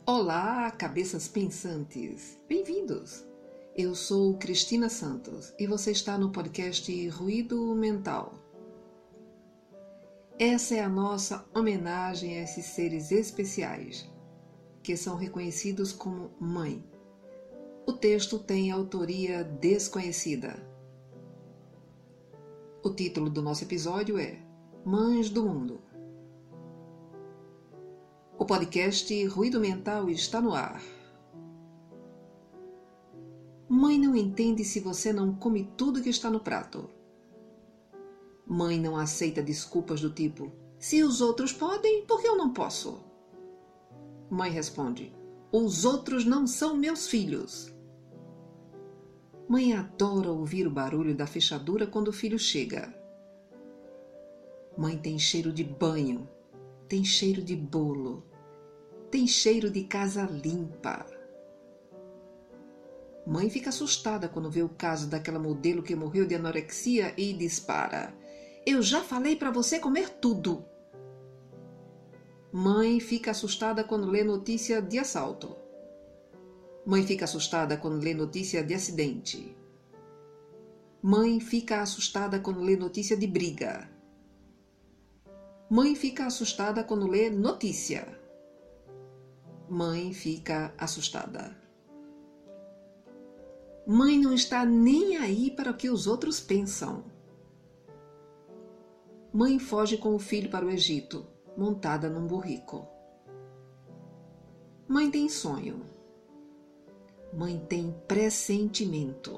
Olá, cabeças pensantes! Bem-vindos! Eu sou Cristina Santos e você está no podcast Ruído Mental. Essa é a nossa homenagem a esses seres especiais, que são reconhecidos como mãe. O texto tem autoria desconhecida. O título do nosso episódio é Mães do Mundo. O podcast Ruído Mental está no ar. Mãe não entende se você não come tudo que está no prato. Mãe não aceita desculpas do tipo: se os outros podem, por que eu não posso? Mãe responde: os outros não são meus filhos. Mãe adora ouvir o barulho da fechadura quando o filho chega. Mãe tem cheiro de banho, tem cheiro de bolo, tem cheiro de casa limpa. Mãe fica assustada quando vê o caso daquela modelo que morreu de anorexia e dispara: eu já falei para você comer tudo. Mãe fica assustada quando lê notícia de assalto. Mãe fica assustada quando lê notícia de acidente. Mãe fica assustada quando lê notícia de briga. Mãe fica assustada quando lê notícia. Mãe fica assustada. Mãe não está nem aí para o que os outros pensam. Mãe foge com o filho para o Egito, montada num burrico. Mãe tem sonho. Mãe tem pressentimento.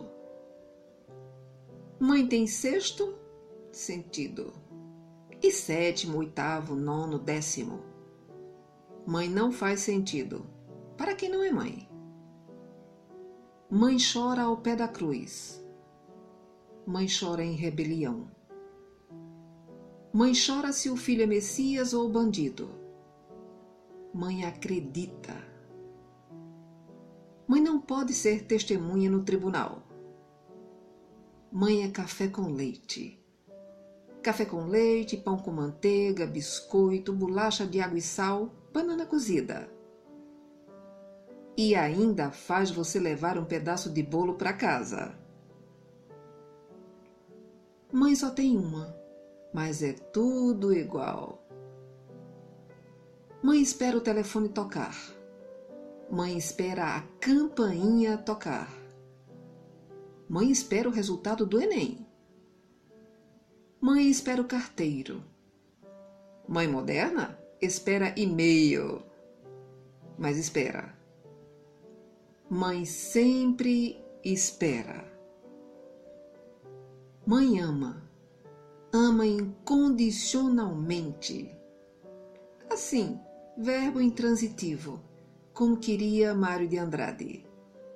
Mãe tem sexto sentido. E sétimo, oitavo, nono, décimo. Mãe não faz sentido para quem não é mãe. Mãe chora ao pé da cruz. Mãe chora em rebelião. Mãe chora se o filho é Messias ou bandido. Mãe acredita. Mãe não pode ser testemunha no tribunal. Mãe é café com leite. Café com leite, pão com manteiga, biscoito, bolacha de água e sal, banana cozida. E ainda faz você levar um pedaço de bolo para casa. Mãe só tem uma, mas é tudo igual. Mãe espera o telefone tocar. Mãe espera a campainha tocar. Mãe espera o resultado do Enem. Mãe espera o carteiro. Mãe moderna espera e-mail. Mas espera. Mãe sempre espera. Mãe ama. Ama incondicionalmente. Assim, verbo intransitivo, como queria Mário de Andrade.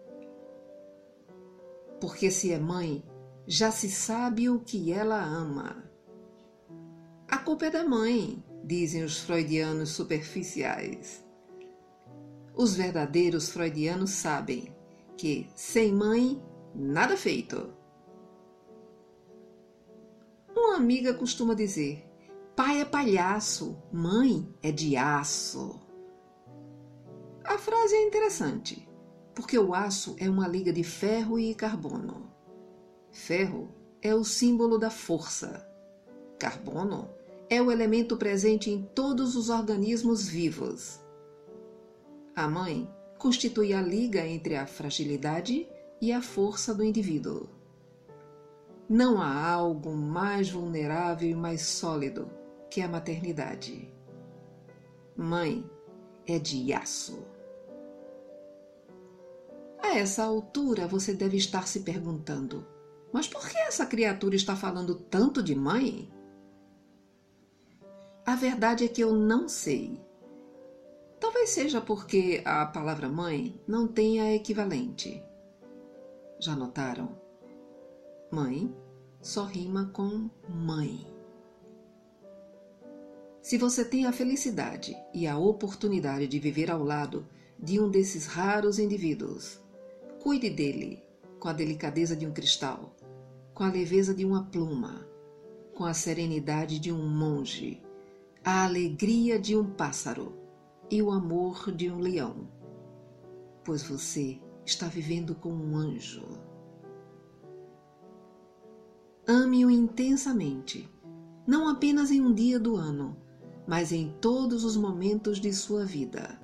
Porque se é mãe, já se sabe o que ela ama. A culpa é da mãe, dizem os freudianos superficiais. Os verdadeiros freudianos sabem que sem mãe, nada feito. Uma amiga costuma dizer: pai é palhaço, mãe é de aço. A frase é interessante, porque o aço é uma liga de ferro e carbono. Ferro é o símbolo da força. Carbono é o elemento presente em todos os organismos vivos. A mãe constitui a liga entre a fragilidade e a força do indivíduo. Não há algo mais vulnerável e mais sólido que a maternidade. Mãe é de aço. A essa altura você deve estar se perguntando: mas por que essa criatura está falando tanto de mãe? A verdade é que eu não sei. Talvez seja porque a palavra mãe não tenha equivalente. Já notaram? Mãe só rima com mãe. Se você tem a felicidade e a oportunidade de viver ao lado de um desses raros indivíduos, cuide dele com a delicadeza de um cristal, com a leveza de uma pluma, com a serenidade de um monge, a alegria de um pássaro e o amor de um leão. pois você está vivendo com um anjo. Ame-o intensamente, não apenas em um dia do ano, mas em todos os momentos de sua vida.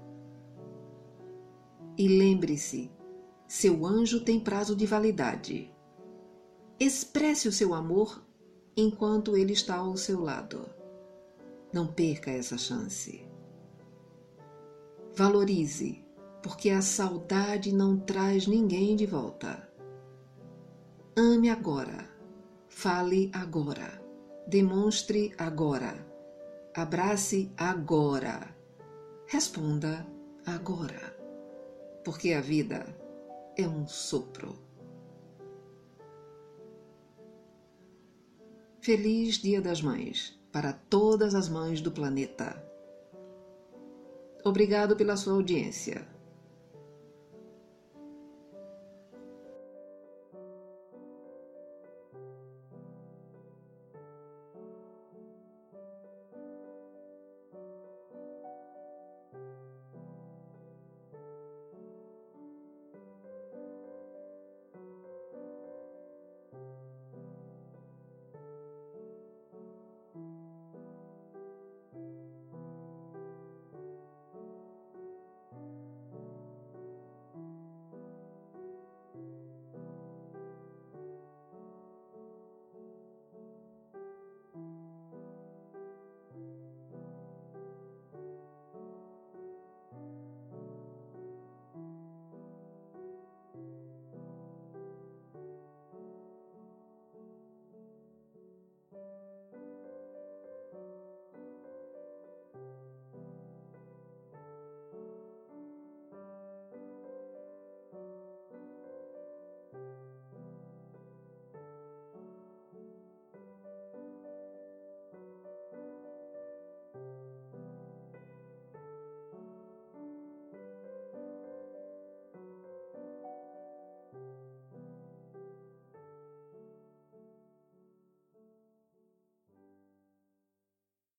E lembre-se, seu anjo tem prazo de validade. Expresse o seu amor enquanto ele está ao seu lado. Não perca essa chance. Valorize, porque a saudade não traz ninguém de volta. Ame agora. Fale agora. Demonstre agora. Abrace agora. Responda agora. Porque a vida é um sopro. Feliz Dia das Mães para todas as mães do planeta. Obrigado pela sua audiência.